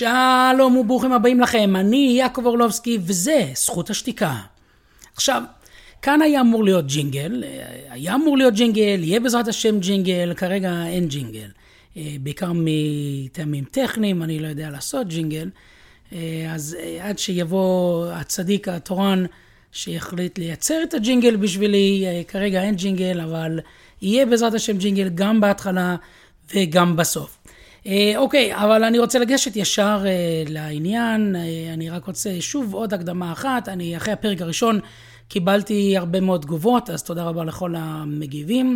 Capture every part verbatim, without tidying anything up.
שלום וברוכים הבאים לכם, אני יעקב אורלובסקי וזה זכות השתיקה. עכשיו, כאן היה אמור להיות ג'ינגל, היה אמור להיות ג'ינגל, יהיה בעזרת השם ג'ינגל, כרגע אין ג'ינגל. בעיקר מטעמים טכניים, אני לא יודע לעשות ג'ינגל. אז עד שיבוא הצדיק התורן שיחליט לייצר את הג'ינגל בשבילי, כרגע אין ג'ינגל, אבל יהיה בעזרת השם ג'ינגל גם בהתחלה וגם בסוף. אוקיי, אבל אני רוצה לגשת ישר לעניין. אני רק רוצה שוב עוד הקדמה אחת. אני אחרי הפרק הראשון קיבלתי הרבה מאוד תגובות, אז תודה רבה לכל המגיבים.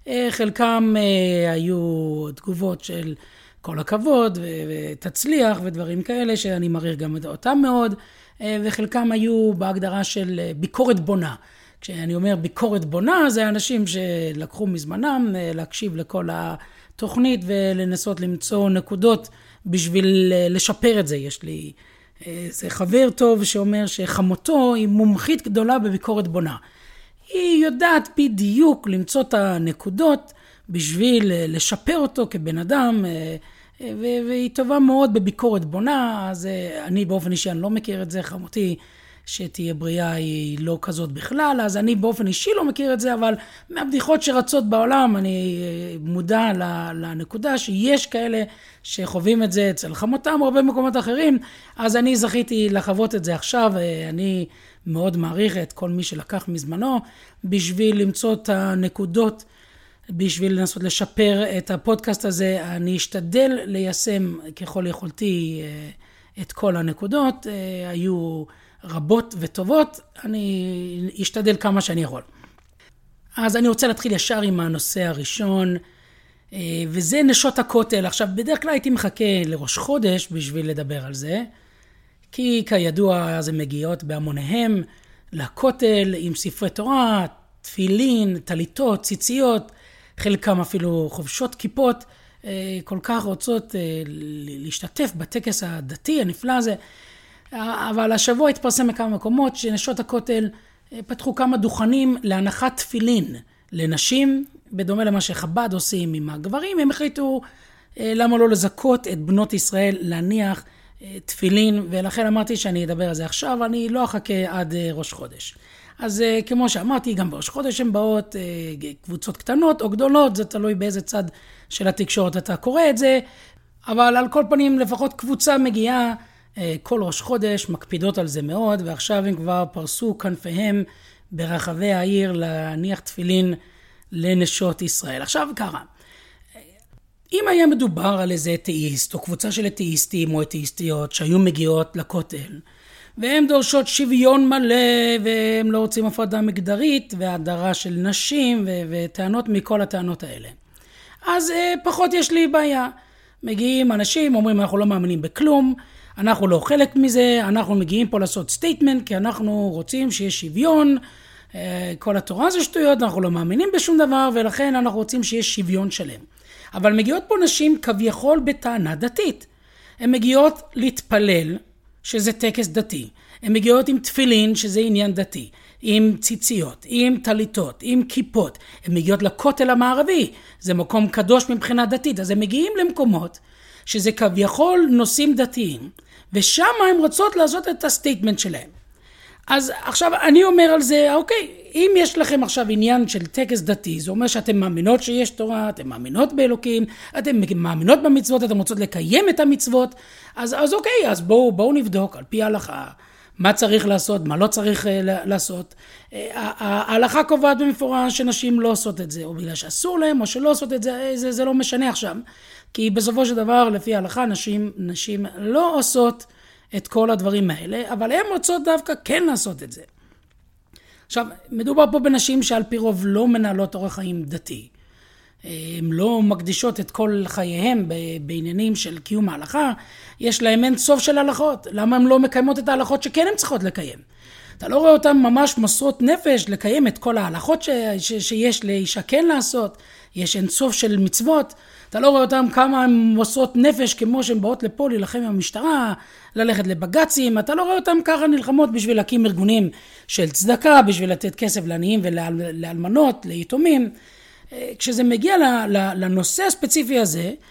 חלקם היו תגובות של כל הכבוד ותצליח ודברים כאלה שאני מעריך גם אותם מאוד, וחלקם היו בהגדרה של ביקורת בונה. כשאני אומר ביקורת בונה, זה אנשים שלקחו מזמנם להקשיב לכל התוכנית ולנסות למצוא נקודות בשביל לשפר את זה. יש לי זה חבר טוב שאומר שחמותו היא מומחית גדולה בביקורת בונה. היא יודעת בדיוק למצוא את הנקודות בשביל לשפר אותו כבן אדם, והיא טובה מאוד בביקורת בונה. אז אני באופן אישי אני לא מכיר את זה, חמותי שתהיה בריאה היא לא כזאת בכלל, אז אני באופן אישי לא מכיר את זה, אבל מהבדיחות שרצות בעולם אני מודע לנקודה שיש כאלה שחווים את זה אצל חמותם או הרבה מקומות אחרים, אז אני זכיתי לחוות את זה עכשיו. אני מאוד מעריך את כל מי שלקח מזמנו בשביל למצוא את הנקודות, בשביל לנסות לשפר את הפודקאסט הזה. אני אשתדל ליישם ככל יכולתי את כל הנקודות, היו רבות וטובות, אני אשתדל כמה שאני יכול. אז אני רוצה להתחיל ישר עם הנושא הראשון, וזה נשות הכותל. עכשיו, בדרך כלל הייתי מחכה לראש חודש בשביל לדבר על זה, כי כידוע זה מגיעות בהמוניהם לכותל עם ספרי תורה, תפילין, טליתות, ציציות, חלקם אפילו חובשות כיפות, כל כך רוצות להשתתף בטקס הדתי הנפלא הזה. אבל השבוע התפרסם מכמה מקומות שנשות הכותל פתחו כמה דוכנים להנחת תפילין לנשים, בדומה למה שחב"ד עושים עם הגברים. הם החליטו למה לא לזכות את בנות ישראל להניח תפילין, ולכן אמרתי שאני אדבר על זה עכשיו, אני לא אחכה עד ראש חודש. אז כמו שאמרתי, גם בראש חודש הן באות קבוצות קטנות או גדולות, זה תלוי באיזה צד של התקשורת אתה קורא את זה, אבל על כל פנים לפחות קבוצה מגיעה כל ראש חודש, מקפידות על זה מאוד, ועכשיו הם כבר פרסו כנפיהם ברחבי העיר להניח תפילין לנשות ישראל. עכשיו ככה, אם היה מדובר על איזה אתאיסט או קבוצה של אתאיסטים או אתאיסטיות שהיו מגיעות לכותל, והם דורשות שוויון מלא, והם לא רוצים הפרדה מגדרית והדרה של נשים ו- וטענות מכל הטענות האלה, אז פחות יש לי בעיה. מגיעים אנשים, אומרים אנחנו לא מאמינים בכלום, אנחנו לא חלק מזה, אנחנו מגיעים פה לעשות סטייטמנט, כי אנחנו רוצים שיש שוויון, כל התורה זה שטויות, אנחנו לא מאמינים בשום דבר, ולכן אנחנו רוצים שיש שוויון שלם. אבל מגיעות פה נשים כביכול בטענה דתית. הן מגיעות להתפלל, שזה טקס דתי. הן מגיעות עם תפילין, שזה עניין דתי. עם ציציות, עם טליתות, עם כיפות. הן מגיעות לכותל המערבי, זה מקום קדוש מבחינה דתית. אז הן מגיעים למקומות שזה כביכול נושאים דתיים, ושם הם רוצות לעשות את הסטייטמנט שלהם. אז עכשיו אני אומר על זה, אוקיי, אם יש לכם עכשיו עניין של טקס דתי, זה אומר שאתם מאמינות שיש תורה, אתם מאמינות באלוקים, אתם מאמינות במצוות, אתם רוצות לקיים את המצוות, אז, אז אוקיי, אז בואו, בואו נבדוק על פי ההלכה, מה צריך לעשות, מה לא צריך uh, לעשות. Uh, ההלכה קובעת במפורש שנשים לא עושות את זה, או בגלל שאסור להם, או שלא עושות את זה, זה, זה לא משנה עכשיו. כי בסופו של דבר, לפי ההלכה, נשים, נשים לא עושות את כל הדברים האלה, אבל הן רוצות דווקא כן לעשות את זה. עכשיו, מדובר פה בנשים שעל פי רוב לא מנהלות אורח חיים דתי. הן לא מקדישות את כל חייהם בעניינים של קיום ההלכה. יש להם אין סוף של הלכות. למה הן לא מקיימות את ההלכות שכן הן צריכות לקיים? אתה לא רואה אותן ממש מסרות נפש לקיים את כל ההלכות ש- ש- שיש לאישה כן לעשות. יש אין סוף של מצוות. אתה לא רואה אותם כמה הן מסרות נפש כמו שהן באות לפה להילחם עם המשטרה, ללכת לבגצים. אתה לא רואה אותם ככה נלחמות בשביל להקים ארגונים של צדקה, בשביל לתת כסף לעניים ולאלמנות, ליתומים. כשזה מגיע לנושא הספציפי הזה,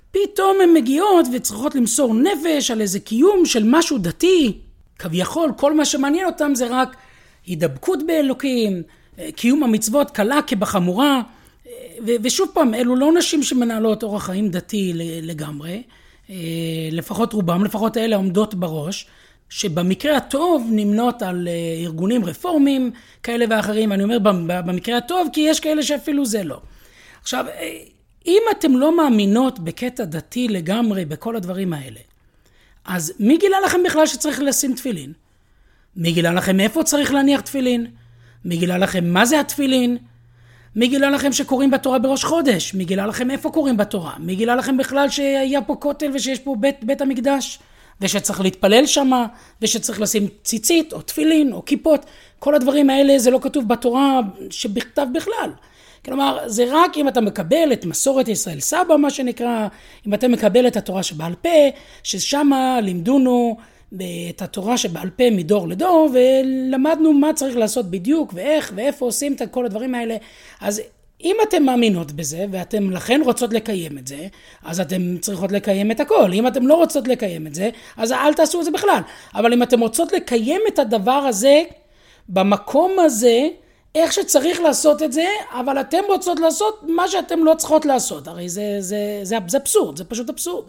פתאום הן מגיעות וצריכות למסור נפש על איזה קיום של משהו דתי. כביכול, כל מה שמעניין אותם זה רק הידבקות באלוקים, קיום המצוות קלה כבחמורה. ו- ושוב פעם, אלו לא נשים שמנהלות אורח חיים דתי לגמרי. לפחות רובם, לפחות אלה עומדות בראש, שבמקרה הטוב נמנות על ארגונים רפורמים כאלה ואחרים. אני אומר במקרה הטוב, כי יש כאלה שאפילו זה לא. עכשיו, אם אתם לא מאמינות בקטע דתי לגמרי בכל הדברים האלה, אז מי גילה לכם בכלל שצריך לשים תפילין? מי גילה לכם איפה צריך להניח תפילין? מי גילה לכם מה זה התפילין? מי גילה לכם שקוראים בתורה בראש חודש? מי גילה לכם איפה קוראים בתורה? מי גילה לכם בכלל שהיה פה כותל ושיש פה בית, בית המקדש? ושצריך להתפלל שמה, ושצריך לשים ציצית או תפילין או כיפות? כל הדברים האלה זה לא כתוב בתורה שבכתב בכלל. כלומר, זה רק אם אתה מקבל את מסורת ישראל סבא, מה שנקרא, אם אתה מקבל את התורה שבעל פה, ששמה לימדונו את התורה שבעל פה מדור לדור, ולמדנו מה צריך לעשות בדיוק, ואיך, ואיפה עושים את כל הדברים האלה. אז אם אתם מאמינות בזה, ואתם לכן רוצות לקיים את זה, אז אתם צריכות לקיים את הכל. אם אתם לא רוצות לקיים את זה, אז אל תעשו את זה בכלל. אבל אם אתם רוצות לקיים את הדבר הזה, במקום הזה, איך שצריך לעשות את זה, אבל אתם רוצות לעשות מה שאתם לא צריכות לעשות. הרי זה, זה, זה, זה אבסורד, זה פשוט אבסורד.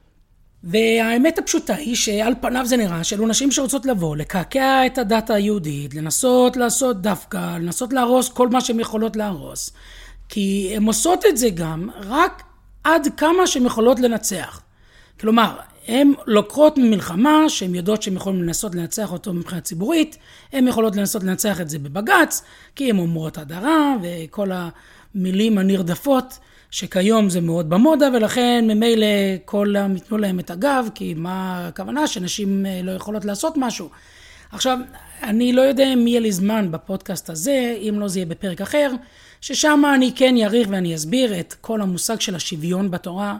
והאמת הפשוטה היא שעל פניו זה נראה שאלו נשים שרוצות לבוא, לקעקע את הדת היהודית, לנסות לעשות דווקא, לנסות להרוס כל מה שהן יכולות להרוס. כי הן עושות את זה גם רק עד כמה שהן יכולות לנצח. כלומר, הן לוקחות ממלחמה שהן יודעות שהן יכולות לנסות לנצח אותו מבחינה ציבורית, הן יכולות לנסות לנצח את זה בבגץ, כי הן אומרות הדרה וכל המילים הנרדפות, שכיום זה מאוד במודה, ולכן ממילא כל מתנו להם את הגב, כי מה הכוונה שנשים לא יכולות לעשות משהו. עכשיו, אני לא יודע אם יהיה לי זמן בפודקאסט הזה, אם לא זה יהיה בפרק אחר, ששם אני כן יריך ואני אסביר את כל המושג של השוויון בתורה.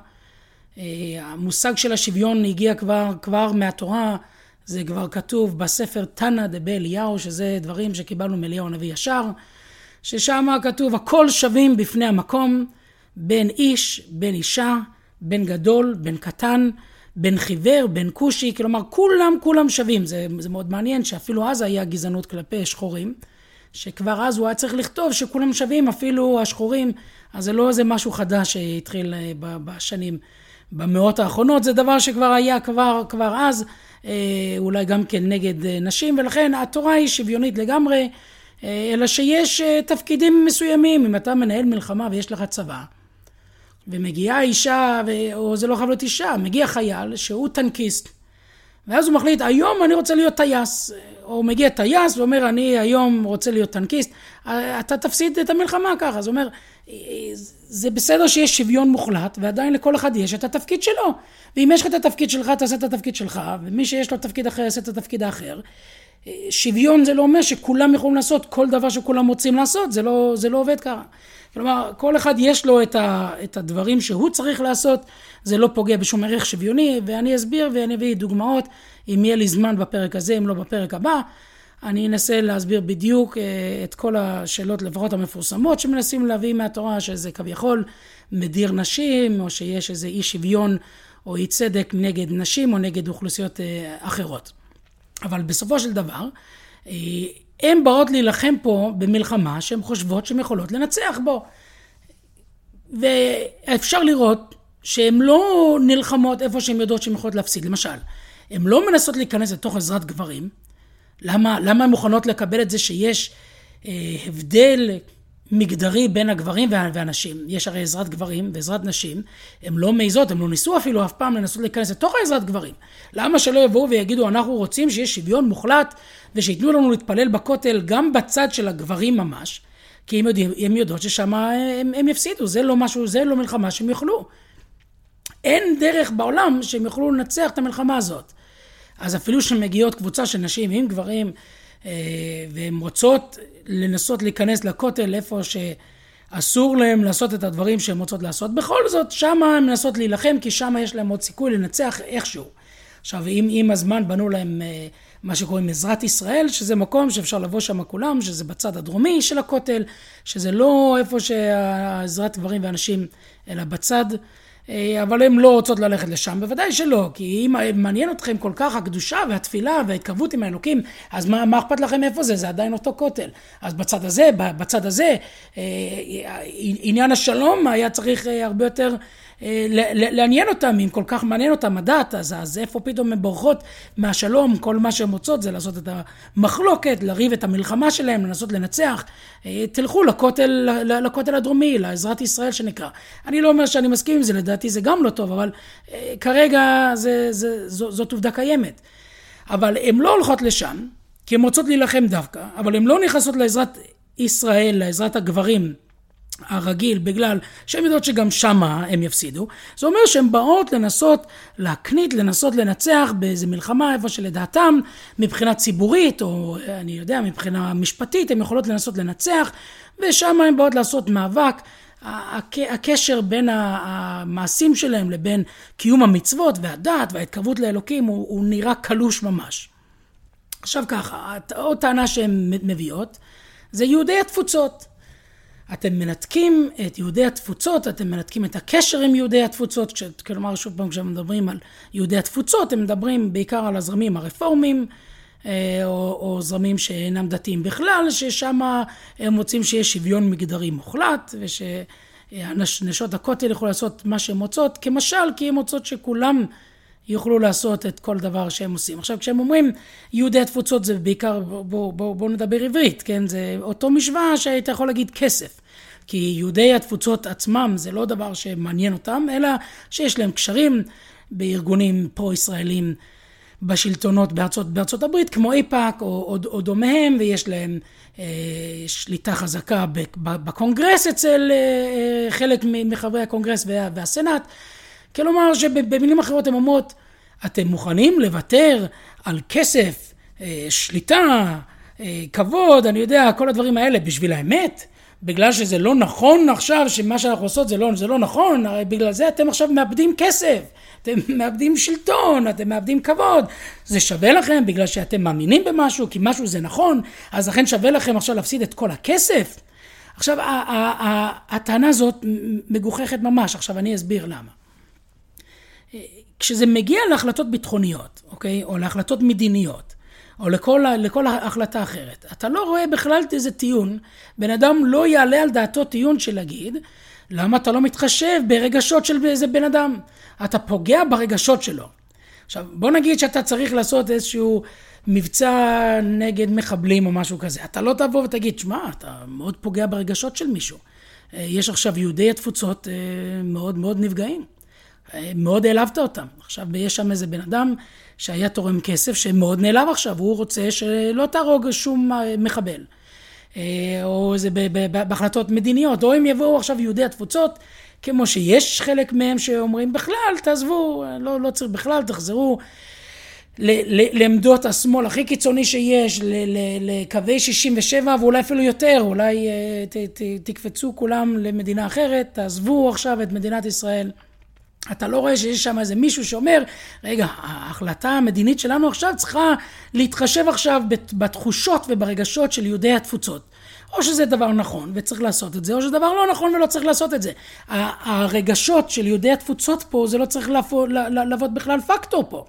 המושג של השוויון הגיע כבר, כבר מהתורה, זה כבר כתוב בספר תנא דבי אליהו, שזה דברים שקיבלנו מאליהו הנביא ישר, ששם כתוב הכל שווים בפני המקום, בין איש, בין אישה, בין גדול, בין קטן, בין חיוור, בין כושי, כלומר כולם כולם שווים. זה, זה מאוד מעניין שאפילו אז היה גזענות כלפי שחורים, שכבר אז הוא היה צריך לכתוב שכולם שווים, אפילו השחורים, אז זה לא איזה משהו חדש שהתחיל בשנים, במאות האחרונות, זה דבר שכבר היה כבר, כבר אז, אולי גם כן נגד נשים, ולכן התורה היא שוויונית לגמרי, אלא שיש תפקידים מסוימים. אם אתה מנהל מלחמה ויש לך צבא, ומגיעה אישה, או זה לא חייב להיות אישה, מגיע חייל שהוא טנקיסט, ואז הוא מחליט, היום אני רוצה להיות טייס, או מגיע טייס ואומר, אני היום רוצה להיות טנקיסט, אתה תפסיד את המלחמה ככה. אז הוא אומר, זה בסדר שיש שוויון מוחלט, ועדיין לכל אחד יש את התפקיד שלו, ואם יש לך את התפקיד שלך, תעשה את התפקיד שלך, ומי שיש לו תפקיד אחר, יעשה את התפקיד האחר. שוויון זה לא אומר שכולם יכולים לעשות כל דבר שכולם רוצים לעשות, זה לא, זה לא עובד ככה. כלומר, כל אחד יש לו את, ה, את הדברים שהוא צריך לעשות, זה לא פוגע בשום ערך שוויוני, ואני אסביר ואני אביא דוגמאות, אם יהיה לי זמן בפרק הזה, אם לא בפרק הבא, אני אנסה להסביר בדיוק את כל השאלות לפחות המפורסמות, שמנסים להביא מהתורה, שזה כביכול מדיר נשים, או שיש איזה אי שוויון, או אי צדק נגד נשים, או נגד אוכלוסיות אחרות. אבל בסופו של דבר, הן באות להילחם פה במלחמה שהן חושבות שהן יכולות לנצח בו. ואפשר לראות שהן לא נלחמות איפה שהן יודעות שהן יכולות להפסיד. למשל, הן לא מנסות להיכנס לתוך עזרת גברים. למה, למה הן מוכנות לקבל את זה שיש אה, הבדל מגדרי בין הגברים והנשים? יש הרי עזרת גברים ועזרת נשים, הם לא מעיזות, הם לא ניסו אפילו אף פעם לנסות להיכנס לתוך העזרת גברים. למה שלא יבואו ויגידו, אנחנו רוצים שיש שוויון מוחלט, ושיתנו לנו להתפלל בכותל גם בצד של הגברים ממש, כי הם, יודעים, הם יודעות ששם הם, הם יפסידו, זה לא משהו, זה לא מלחמה שהם יוכלו. אין דרך בעולם שהם יוכלו לנצח את המלחמה הזאת. אז אפילו שמגיעות קבוצה של נשים עם גברים, והן רוצות לנסות להיכנס לכותל איפה שאסור להם לעשות את הדברים שהן רוצות לעשות, בכל זאת שם הן מנסות להילחם, כי שם יש להם עוד סיכוי לנצח איכשהו. עכשיו, אם עם הזמן בנו להם מה שקוראים עזרת ישראל, שזה מקום שאפשר לבוא שם כולם, שזה בצד הדרומי של הכותל, שזה לא איפה שעזרת גברים ואנשים, אלא בצד אבל הן לא רוצות ללכת לשם, בוודאי שלא, כי אם מעניין אתכם כל כך הקדושה והתפילה וההתקרבות עם האלוקים, אז מה, מה אכפת לכם איפה זה? זה עדיין אותו כותל. אז בצד הזה, בצד הזה, עניין השלום היה צריך הרבה יותר לעניין אותם, אם כל כך מעניין אותם הדת, אז, אז איפה פתאום הן בורחות מהשלום? כל מה שהן מוצאות זה לעשות את המחלוקת, לריב את המלחמה שלהם, לנסות לנצח. תלכו לכותל, לכותל הדרומי, לעזרת ישראל שנקרא. אני לא אומר שאני מסכים עם זה, לדעתי זה גם לא טוב, אבל כרגע זה, זה, זו, זאת עובדה קיימת. אבל הן לא הולכות לשם, כי הן רוצות להילחם דווקא, אבל הן לא נכנסות לעזרת ישראל, לעזרת הגברים, הרגיל, בגלל שהן יודעות שגם שמה הם יפסידו. זה אומר שהן באות לנסות להקנית, לנסות לנצח באיזה מלחמה, איפה שלדעתם, מבחינה ציבורית, או אני יודע, מבחינה משפטית, הן יכולות לנסות לנצח, ושם הן באות לעשות מאבק. הקשר בין המעשים שלהם לבין קיום המצוות והדת וההתקרבות לאלוקים, הוא, הוא נראה קלוש ממש. עכשיו ככה, עוד טענה שהן מביאות, זה יהודי התפוצות. אתם מנתקים את יהודי התפוצות, אתם מנתקים את הקשר עם יהודי התפוצות, כלומר שוב פעם כשהם מדברים על יהודי התפוצות, הם מדברים בעיקר על הזרמים הרפורמים, או, או זרמים שאינם דתיים בכלל, ששם הם מוצאים שיש שוויון מגדרי מוחלט, ושנשות הכותל יכולו לעשות מה שהם מוצאות, כמשל כי הם מוצאות שכולם יוכלו לעשות את כל דבר שהם עושים. עכשיו כשהם אומרים יהודי התפוצות זה בעיקר, בוא, בוא, בוא נדבר עברית, כן? זה אותו משוואה שהיית יכול להגיד כסף. כי יהודי התפוצות עצמם זה לא דבר שמעניין אותם, אלא שיש להם קשרים בארגונים פרו-ישראלים בשלטונות בארצות, בארצות הברית, כמו איפא"ק או, או, או דומיהם, ויש להם אה, שליטה חזקה בקונגרס אצל אה, חלק מחברי הקונגרס וה, והסנאט. כלומר שבמילים אחרות הם אומרות, אתם מוכנים לוותר על כסף, שליטה, כבוד, אני יודע, כל הדברים האלה בשביל האמת, בגלל שזה לא נכון עכשיו, שמה שאנחנו עושות זה לא, זה לא נכון, בגלל זה אתם עכשיו מאבדים כסף, אתם מאבדים שלטון, אתם מאבדים כבוד, זה שווה לכם בגלל שאתם מאמינים במשהו, כי משהו זה נכון, אז לכן שווה לכם עכשיו להפסיד את כל הכסף. עכשיו, הטענה הזאת מגוחכת ממש, עכשיו אני אסביר למה. כשזה מגיע להחלטות ביטחוניות, אוקיי? או להחלטות מדיניות, או לכל, לכל החלטה אחרת, אתה לא רואה בכלל איזה טיעון, בן אדם לא יעלה על דעתו טיעון של להגיד, למה אתה לא מתחשב ברגשות של איזה בן אדם? אתה פוגע ברגשות שלו. עכשיו, בוא נגיד שאתה צריך לעשות איזשהו מבצע נגד מחבלים או משהו כזה. אתה לא תבוא ותגיד, שמה, אתה מאוד פוגע ברגשות של מישהו. יש עכשיו יהודי התפוצות מאוד מאוד נפגעים. מאוד העלבת אותם. עכשיו יש שם איזה בן אדם שהיה תורם כסף שמאוד נעלב עכשיו, הוא רוצה שלא תהרוג שום מחבל. או זה בהחלטות מדיניות, או אם יבואו עכשיו יהודי התפוצות, כמו שיש חלק מהם שאומרים בכלל, תעזבו, לא, לא צריך בכלל, תחזרו לעמדות השמאל הכי קיצוני שיש, לקווי שישים ושבע ואולי אפילו יותר, אולי ת, ת, תקפצו כולם למדינה אחרת, תעזבו עכשיו את מדינת ישראל. אתה לא רואה שיש שם איזה מישהו שאומר, רגע, ההחלטה המדינית שלנו עכשיו צריכה להתחשב עכשיו בתחושות וברגשות של יהודי התפוצות. או שזה דבר נכון וצריך לעשות את זה, או שזה דבר לא נכון ולא צריך לעשות את זה. הרגשות של יהודי התפוצות פה, זה לא צריך לעבוד בכלל פקטור פה.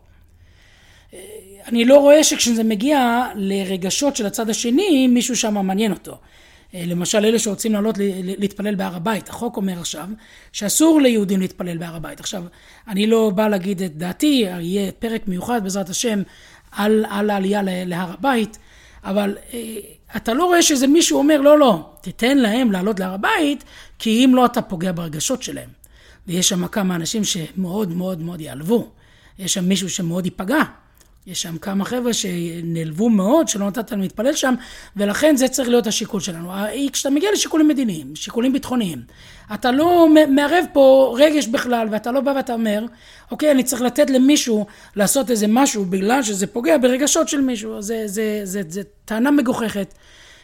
אני לא רואה שכשזה מגיע לרגשות של הצד השני, מישהו שם מעניין אותו. למשל, אלה שרוצים לעלות להתפלל בהר הבית. החוק אומר עכשיו שאסור ליהודים להתפלל בהר הבית. עכשיו, אני לא בא להגיד את דעתי, יהיה פרק מיוחד בעזרת השם על, על העלייה להר הבית, אבל אתה לא רואה שזה מישהו אומר, לא, לא, תיתן להם לעלות להר הבית, כי אם לא אתה פוגע ברגשות שלהם. ויש שם כמה אנשים שמאוד מאוד מאוד יעלבו. יש שם מישהו שמאוד ייפגע. יש שם כמה חבר'ה שנלבו מאוד, שלא נתת להם להתפלל שם, ולכן זה צריך להיות השיקול שלנו. כשאתה מגיע לשיקולים מדיניים, שיקולים ביטחוניים, אתה לא מערב פה רגש בכלל, ואתה לא בא ואתה אומר, אוקיי, אני צריך לתת למישהו לעשות איזה משהו, בגלל שזה פוגע ברגשות של מישהו. זה, זה, זה, זה טענה מגוחכת.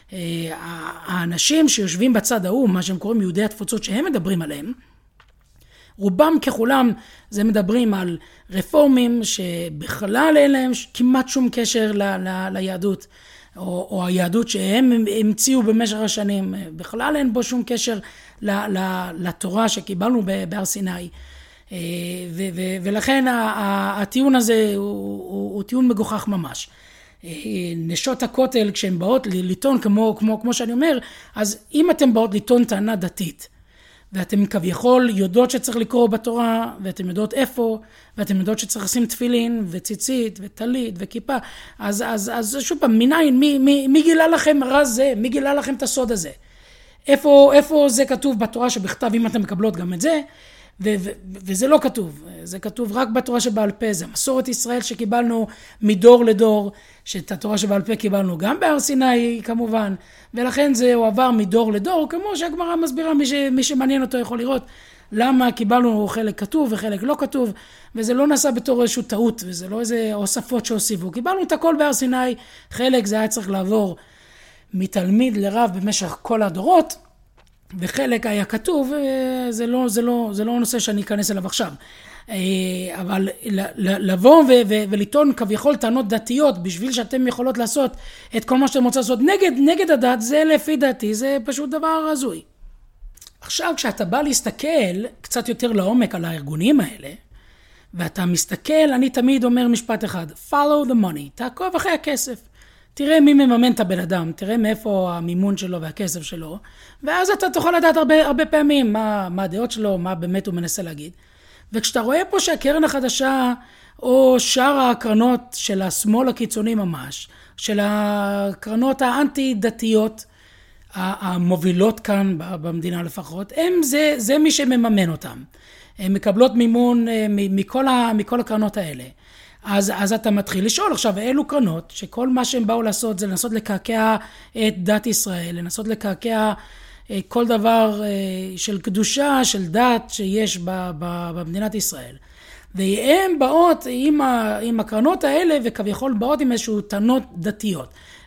האנשים שיושבים בצד ההוא, מה שהם קוראים יהודי התפוצות שהם מדברים עליהם, רובם ככולם זה מדברים על רפורמים שבכלל אין להם כמעט שום קשר ל- ל- ליהדות, או, או היהדות שהם המציאו במשך השנים, בכלל אין בו שום קשר ל- ל- לתורה שקיבלנו בהר סיני. ו- ו- ולכן הטיעון הזה הוא, הוא, הוא טיעון מגוחך ממש. נשות הכותל כשהן באות לטעון כמו, כמו, כמו שאני אומר, אז אם אתן באות לטעון טענה דתית, ואתם כביכול יודעות שצריך לקרוא בתורה, ואתם יודעות איפה, ואתם יודעות שצריך לשים תפילין, וציצית, וטלית, וכיפה, אז, אז, אז שוב פעם, מניין, מי, מי, מי גילה לכם רע זה? מי גילה לכם את הסוד הזה? איפה, איפה זה כתוב בתורה שבכתב, אם אתם מקבלות גם את זה? ו- ו- וזה לא כתוב, זה כתוב רק בתורה שבעל פה, זה מסורת ישראל שקיבלנו מדור לדור, שאת התורה שבעל פה קיבלנו גם בהר סיני כמובן, ולכן זה עבר מדור לדור, כמו שהגמרא מסבירה, מי, ש- מי שמעניין אותו יכול לראות למה קיבלנו חלק כתוב וחלק לא כתוב, וזה לא נעשה בתור איזושהי טעות, וזה לא איזה הוספות שהוסיפו, קיבלנו את הכל בהר סיני, חלק זה היה צריך לעבור מתלמיד לרב במשך כל הדורות, וחלק היה כתוב, זה לא, זה לא, זה לא נושא שאני אכנס אליו עכשיו. אבל לבוא ולטעון כביכול טענות דתיות, בשביל שאתם יכולות לעשות את כל מה שאתם רוצים לעשות נגד, נגד הדת, זה לפי דתי, זה פשוט דבר הזוי. עכשיו, כשאתה בא להסתכל קצת יותר לעומק על הארגונים האלה, ואתה מסתכל, אני תמיד אומר משפט אחד, follow the money, תעקוב אחרי הכסף. תראה מי מממן את הבן אדם, תראה מאיפה המימון שלו והכסף שלו, ואז אתה תוכל לדעת הרבה, הרבה פעמים מה, מה הדעות שלו, מה באמת הוא מנסה להגיד. וכשאתה רואה פה שהקרן החדשה, או שאר הקרנות של השמאל הקיצוני ממש, של הקרנות האנטי-דתיות, המובילות כאן במדינה לפחות, הם זה, זה מי שמממן אותם. הם מקבלות מימון מכל, ה, מכל הקרנות האלה. אז, אז אתה מתחיל לשאול עכשיו, אלו קרנות שכל מה שהם באו לעשות זה לנסות לקעקע את דת ישראל, לנסות לקעקע כל דבר של קדושה, של דת שיש ב, ב, במדינת ישראל. והן באות עם, ה, עם הקרנות האלה וכביכול באות עם איזשהו טענות דתיות.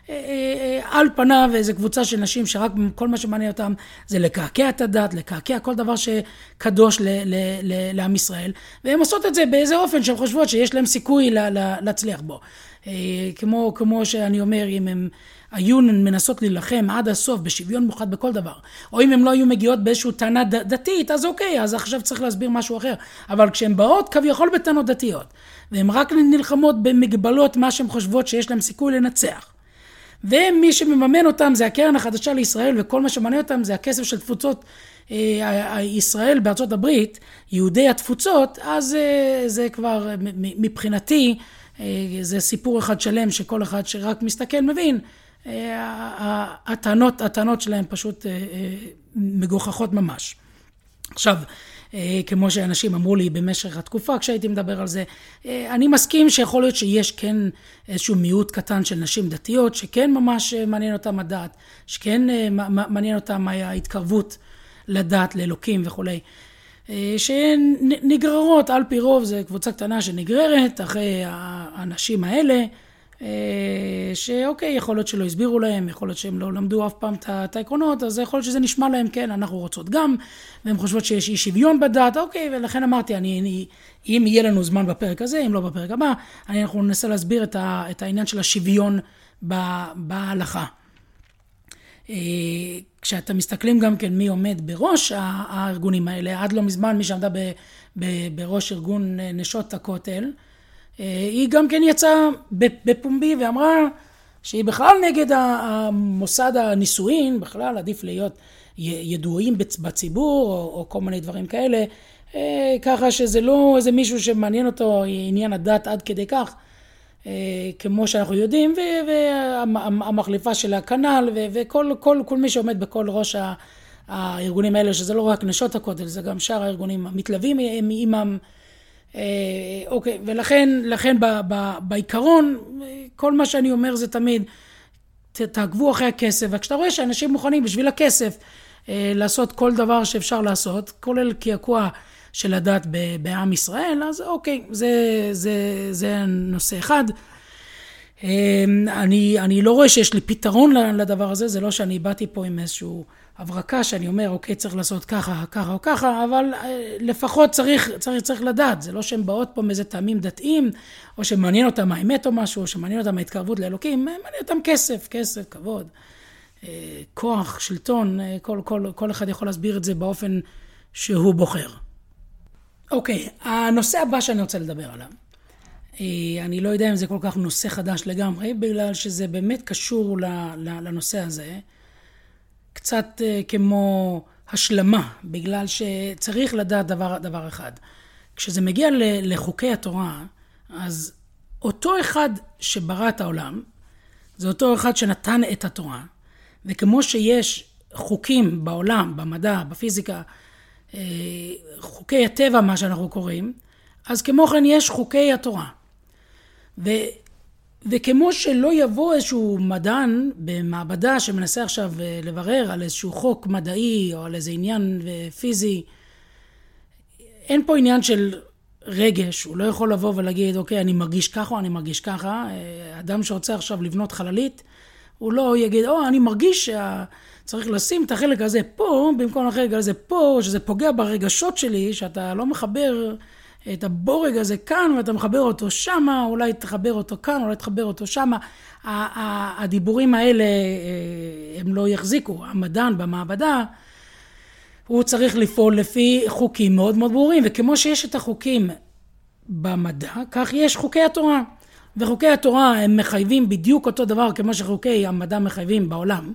על פניו איזו קבוצה של נשים שרק כל מה שמעניין אותם זה לקעקע את הדת, לקעקע כל דבר שקדוש ל- ל- ל- לעם ישראל, והן עושות את זה באיזה אופן שהן חושבות שיש להם סיכוי לה- לה- להצליח בו. כמו, כמו שאני אומר, אם הם היו מנסות להילחם עד הסוף בשוויון מוחד בכל דבר, או אם הם לא היו מגיעות באיזושהי טענה ד- דתית, אז אוקיי, אז עכשיו צריך להסביר משהו אחר. אבל כשהן באות כביכול בטענות דתיות, והן רק נלחמות במגבלות מה שהן חושבות שיש להם סיכוי לנצח, ומי שמממן אותם זה הקרן החדשה לישראל, וכל מה שמעניין אותם זה הכסף של תפוצות אה, ישראל בארצות הברית, יהודי התפוצות, אז אה, זה כבר מבחינתי, אה, זה סיפור אחד שלם שכל אחד שרק מסתכל מבין, אה, הטענות, הטענות שלהם פשוט אה, אה, מגוחכות ממש. עכשיו, כמו שאנשים אמרו לי במשך התקופה כשהייתי מדבר על זה, אני מסכים שיכול להיות שיש כן איזשהו מיעוט קטן של נשים דתיות שכן ממש מעניין אותם הדת, שכן מעניין אותם ההתקרבות לדת, לאלוקים וכולי, שנגררות על פי רוב, זה קבוצה קטנה שנגררת אחרי האנשים האלה, שאוקיי, יכול להיות שלא הסבירו להם, יכול להיות שהם לא למדו אף פעם את העקרונות, אז יכול להיות שזה נשמע להם, כן, אנחנו רוצות גם, והם חושבות שיש אי שוויון בדת, אוקיי, ולכן אמרתי, אני, אני, אם יהיה לנו זמן בפרק הזה, אם לא בפרק הבא, אני, אנחנו ננסה להסביר את, ה, את העניין של השוויון ב, בהלכה. כשאתה מסתכלים גם כן מי עומד בראש הארגונים האלה, עד לא מזמן מי שעמדה ב, ב, בראש ארגון נשות הכותל, היא גם כן יצאה בפומבי ואמרה שהיא בכלל נגד המוסד הנישואין, בכלל עדיף להיות ידועים בציבור או, או כל מיני דברים כאלה, ככה שזה לא איזה מישהו שמעניין אותו עניין הדת עד כדי כך, כמו שאנחנו יודעים, והמחליפה של הכנל וכל כל, כל מי שעומד בכל ראש הארגונים האלה, שזה לא רק נשות הכותל, זה גם שאר הארגונים המתלווים עימם. אוקיי, ולכן לכן ב, ב, בעיקרון כל מה שאני אומר זה תמיד תעקבו אחרי הכסף, וכשאתה רואה שאנשים מוכנים בשביל הכסף לעשות כל דבר שאפשר לעשות, כולל קעקוע של הדת בעם ישראל, אז אוקיי, זה זה זה נושא אחד. אני אני לא רואה שיש לי פתרון לדבר הזה, זה לא שאני באתי פה עם איזשהו הברקה שאני אומר, אוקיי, צריך לעשות ככה, ככה או ככה, אבל לפחות צריך, צריך, צריך לדעת. זה לא שהם באות פה מאיזה טעמים דתיים, או שמעניין אותם האמת או משהו, או שמעניין אותם ההתקרבות לאלוקים, מעניין אותם כסף, כסף, כבוד, כוח, שלטון, כל, כל, כל אחד יכול להסביר את זה באופן שהוא בוחר. אוקיי, הנושא הבא שאני רוצה לדבר עליו. אני לא יודע אם זה כל כך נושא חדש לגמרי, בגלל שזה באמת קשור לנושא הזה. קצת כמו השלמה, בגלל שצריך לדעת דבר, דבר אחד. כשזה מגיע לחוקי התורה, אז אותו אחד שברא את העולם, זה אותו אחד שנתן את התורה, וכמו שיש חוקים בעולם, במדע, בפיזיקה, חוקי הטבע, מה שאנחנו קוראים, אז כמו כן יש חוקי התורה. ו, וכמו שלא יבוא איזשהו מדען במעבדה שמנסה עכשיו לברר על איזשהו חוק מדעי או על איזה עניין פיזי, אין פה עניין של רגש, הוא לא יכול לבוא ולהגיד, אוקיי, אני מרגיש ככה או אני מרגיש ככה. אדם שרוצה עכשיו לבנות חללית, הוא לא יגיד, או, אני מרגיש שצריך לשים את החלק הזה פה, במקום החלק הזה פה, שזה פוגע ברגשות שלי, שאתה לא מחבר את הבורג הזה כאן, ואתה מחבר אותו שמה, אולי תחבר אותו כאן, אולי תחבר אותו שמה. הדיבורים האלה, הם לא יחזיקו. המדען במעבדה, הוא צריך לפעול לפי חוקים מאוד מאוד ברורים, וכמו שיש את החוקים במדע, כך יש חוקי התורה. וחוקי התורה הם מחייבים בדיוק אותו דבר כמו שחוקי המדע מחייבים בעולם.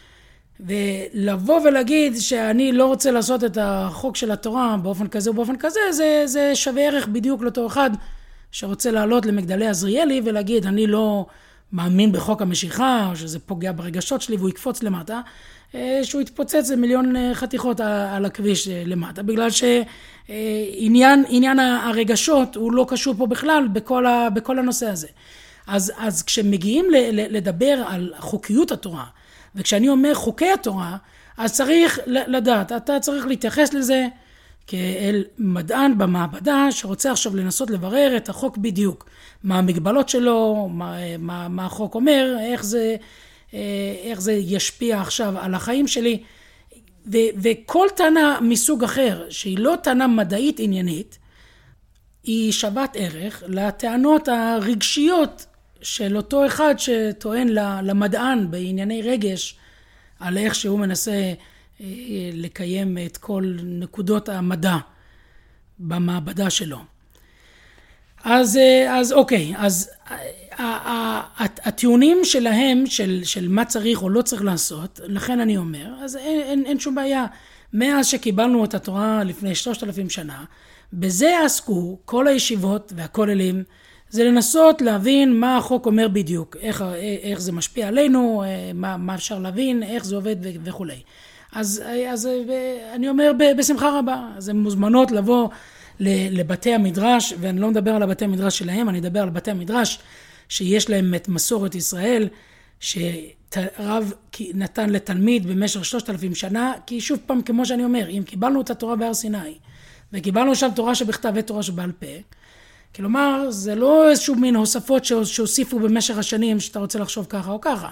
ולבוא ולהגיד שאני לא רוצה לעשות את החוק של התורה באופן כזה ובאופן כזה, זה, זה שווה ערך בדיוק לאותו אחד שרוצה לעלות למגדלי עזריאלי ולהגיד אני לא מאמין בחוק המשיכה, או שזה פוגע ברגשות שלי והוא יקפוץ למטה, שהוא יתפוצץ למיליון חתיכות על הכביש למטה, בגלל שעניין עניין הרגשות הוא לא קשור פה בכלל בכל, ה, בכל הנושא הזה. אז, אז כשמגיעים לדבר על חוקיות התורה, וכשאני אומר חוקי התורה, אז צריך לדעת, אתה צריך להתייחס לזה כאל מדען במעבדה שרוצה עכשיו לנסות לברר את החוק בדיוק, מה המגבלות שלו, מה, מה, מה החוק אומר, איך זה, איך זה ישפיע עכשיו על החיים שלי, ו, וכל טענה מסוג אחר שהיא לא טענה מדעית עניינית, היא שוות ערך לטענות הרגשיות של אותו אחד שטוען למדען בענייני רגש, על איך שהוא מנסה לקיים את כל נקודות המדע במעבדה שלו. אז, אז אוקיי, אז הטיעונים שלהם של, של מה צריך או לא צריך לעשות, לכן אני אומר, אז אין, אין, אין שום בעיה. מאז שקיבלנו את התורה לפני שלושת אלפים שנה, בזה עסקו כל הישיבות והכוללים, זה לנסות להבין מה החוק אומר בדיוק, איך, איך זה משפיע עלינו, מה, מה אפשר להבין, איך זה עובד וכו'. אז, אז אני אומר בשמחה רבה, אז הן מוזמנות לבוא לבתי המדרש, ואני לא מדבר על הבתי המדרש שלהם, אני מדבר על בתי המדרש שיש להם את מסורת ישראל, שרב נתן לתלמיד במשך שלושת אלפים שנה, כי שוב פעם, כמו שאני אומר, אם קיבלנו את התורה בהר סיני, וקיבלנו שם תורה שבכתב ותורה שבעל פה, כלומר, זה לא איזשהו מין הוספות שהוסיפו במשך השנים שאתה רוצה לחשוב ככה או ככה.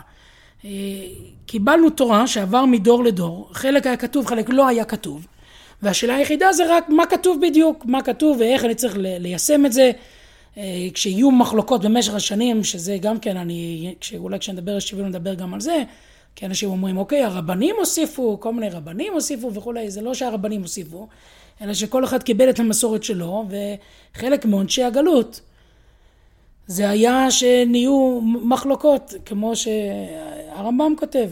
קיבלנו תורה שעבר מדור לדור, חלק היה כתוב, חלק לא היה כתוב, והשאלה היחידה זה רק מה כתוב בדיוק, מה כתוב ואיך אני צריך ליישם את זה, כשיהיו מחלוקות במשך השנים, שזה גם כן, אני, אולי כשנדבר על שוויון נדבר גם על זה, כי אנשים אומרים, אוקיי, הרבנים הוסיפו, כל מיני רבנים הוסיפו וכולי, זה לא שהרבנים הוסיפו, אלא שכל אחד קיבל את המסורת שלו, וחלק מעונשי הגלות, זה היה שנהיו מחלוקות, כמו שהרמב"ם כותב,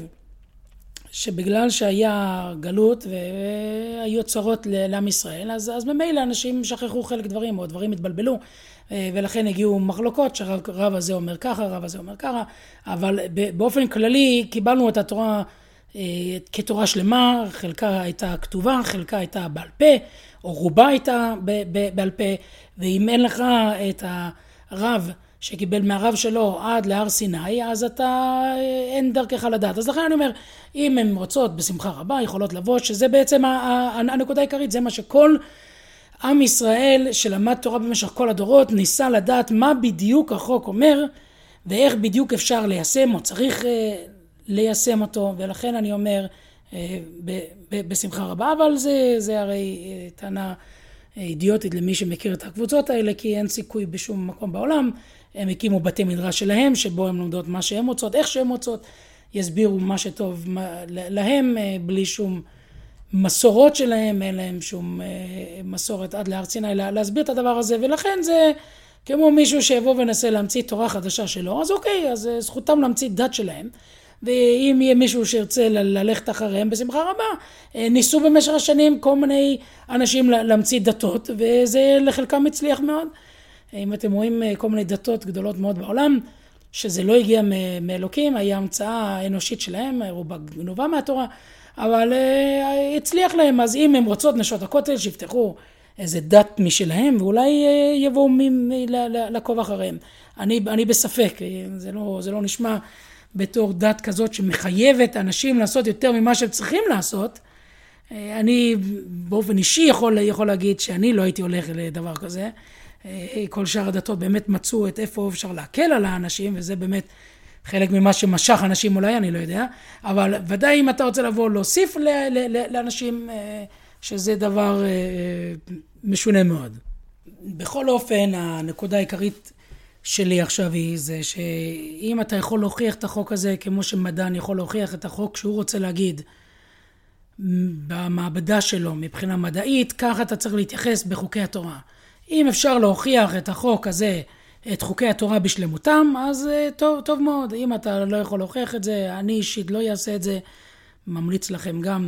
שבגלל שהיה גלות והיו צרות לעם ישראל, אז, אז ממילא אנשים שכחו חלק דברים, או דברים התבלבלו, ולכן הגיעו מחלוקות, שהרב הזה אומר ככה, הרב הזה אומר ככה, אבל באופן כללי קיבלנו את התורה כתורה שלמה, חלקה הייתה כתובה, חלקה הייתה בעל פה, או רובה הייתה בעל פה, ואם אין לך את הרב שקיבל מהרב שלו עד להר סיני, אז אתה אין דרכך לדעת. אז לכן אני אומר, אם הן רוצות בשמחה רבה, יכולות לבוא, שזה בעצם הנקודה העיקרית, זה מה שכל עם ישראל שלמד תורה במשך כל הדורות, ניסה לדעת מה בדיוק החוק אומר, ואיך בדיוק אפשר ליישם, או צריך ליישם אותו, ולכן אני אומר בשמחה רבה, אבל זה, זה הרי טענה אידיוטית למי שמכיר את הקבוצות האלה, כי אין סיכוי בשום מקום בעולם. הם הקימו בתי מדרש שלהם, שבו הם לומדות מה שהם רוצות, איך שהם רוצות, יסבירו מה שטוב להם, בלי שום המסורות שלהם, אין להם שום מסורת עד להר סיני להסביר את הדבר הזה, ולכן זה כמו מישהו שיבוא ונסה להמציא תורה חדשה שלו, אז אוקיי, אז זכותם להמציא דת שלהם, ואם יהיה מישהו שירצה ללכת אחריהם, בשמחה רבה, ניסו במשך השנים כל מיני אנשים להמציא דתות, וזה לחלקם הצליח מאוד. אם אתם רואים כל מיני דתות גדולות מאוד בעולם, שזה לא הגיע מאלוקים, היה המצאה אנושית שלהם, רובה גנובה מהתורה, אבל הצליח להם, אז אם הם רוצות נשות הכותל, שיפתחו איזה דת משלהם, ואולי יבואו לעקוב אחריהם. אני, אני בספק, זה לא, זה לא נשמע בתור דת כזאת שמחייבת אנשים לעשות יותר ממה שהם צריכים לעשות. אני באופן אישי יכול, יכול להגיד שאני לא הייתי הולך לדבר כזה. כל שאר הדתות באמת מצאו את איפה אפשר להקל על האנשים, וזה באמת חלק ממה שמשך אנשים אולי, אני לא יודע. אבל ודאי אם אתה רוצה לבוא להוסיף לאנשים, שזה דבר משונה מאוד. בכל אופן, הנקודה העיקרית שלי עכשיו היא זה שאם אתה יכול להוכיח את החוק הזה כמו שמדען יכול להוכיח את החוק שהוא רוצה להגיד במעבדה שלו מבחינה מדעית, ככה אתה צריך להתייחס בחוקי התורה. אם אפשר להוכיח את החוק הזה, את חוקי התורה בשלמותם, אז טוב, טוב מאוד. אם אתה לא יכול להוכיח את זה, אני אישית לא אעשה את זה, ממליץ לכם גם.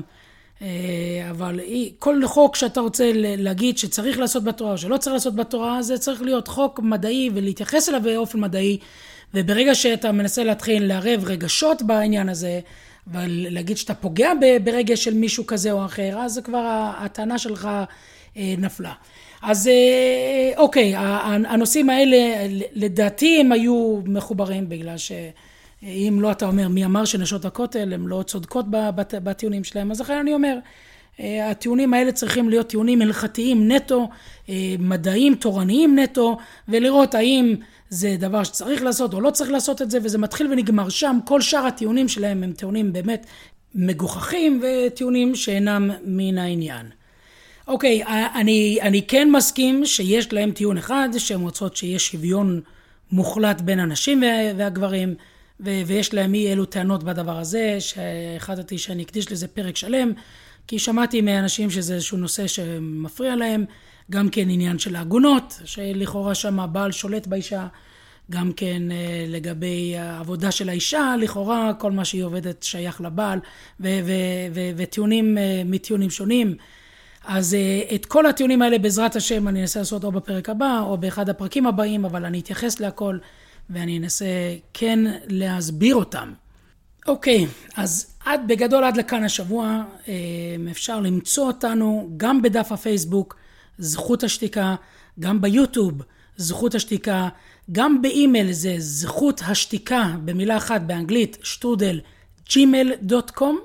אבל כל חוק שאתה רוצה להגיד שצריך לעשות בתורה או שלא צריך לעשות בתורה, זה צריך להיות חוק מדעי ולהתייחס אליו באופן מדעי, וברגע שאתה מנסה להתחיל לערב רגשות בעניין הזה, ולהגיד שאתה פוגע ברגש של מישהו כזה או אחר, אז כבר הטענה שלך נפלה. אז אוקיי, הנושאים האלה לדעתי הם היו מחוברים, בגלל שאם לא אתה אומר מי אמר שנשות הכותל הם לא צודקות בטיעונים שלהם, אז לכן אני אומר, הטיעונים האלה צריכים להיות טיעונים הלכתיים נטו, מדעיים תורניים נטו, ולראות האם זה דבר שצריך לעשות או לא צריך לעשות את זה, וזה מתחיל ונגמר שם. כל שאר הטיעונים שלהם הם טיעונים באמת מגוחכים וטיעונים שאינם מן העניין. אוקיי, אני, אני כן מסכים שיש להם טיעון אחד, שהן רוצות שיש שוויון מוחלט בין הנשים והגברים, ו- ויש להם אי אלו טענות בדבר הזה, שהחלטתי שאני אקדיש לזה פרק שלם, כי שמעתי מאנשים שזה איזשהו נושא שמפריע להם, גם כן עניין של העגונות, שלכאורה שם הבעל שולט באישה, גם כן לגבי העבודה של האישה, לכאורה כל מה שהיא עובדת שייך לבעל, ו- ו- ו- וטיעונים מטיעונים שונים. אז את כל הטיעונים האלה בעזרת השם אני אנסה לעשות או בפרק הבא או באחד הפרקים הבאים, אבל אני אתייחס להכל ואני אנסה כן להסביר אותם. אוקיי, אז עד בגדול עד לכאן השבוע, אפשר למצוא אותנו גם בדף הפייסבוק, זכות השתיקה, גם ביוטיוב, זכות השתיקה, גם באימייל זה זכות השתיקה במילה אחת באנגלית, שטודל ג'ימייל דוט קום,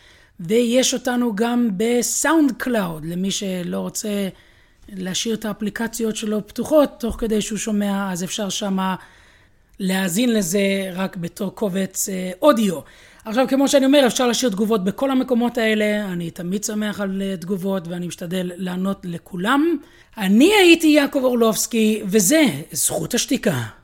ויש אותנו גם בסאונד קלאוד, למי שלא רוצה להשאיר את האפליקציות שלו פתוחות, תוך כדי שהוא שומע, אז אפשר שמה להאזין לזה רק בתור קובץ אודיו. עכשיו, כמו שאני אומר, אפשר להשאיר תגובות בכל המקומות האלה, אני תמיד שמח על תגובות, ואני משתדל לענות לכולם. אני הייתי יעקב אורלובסקי, וזה זכות השתיקה.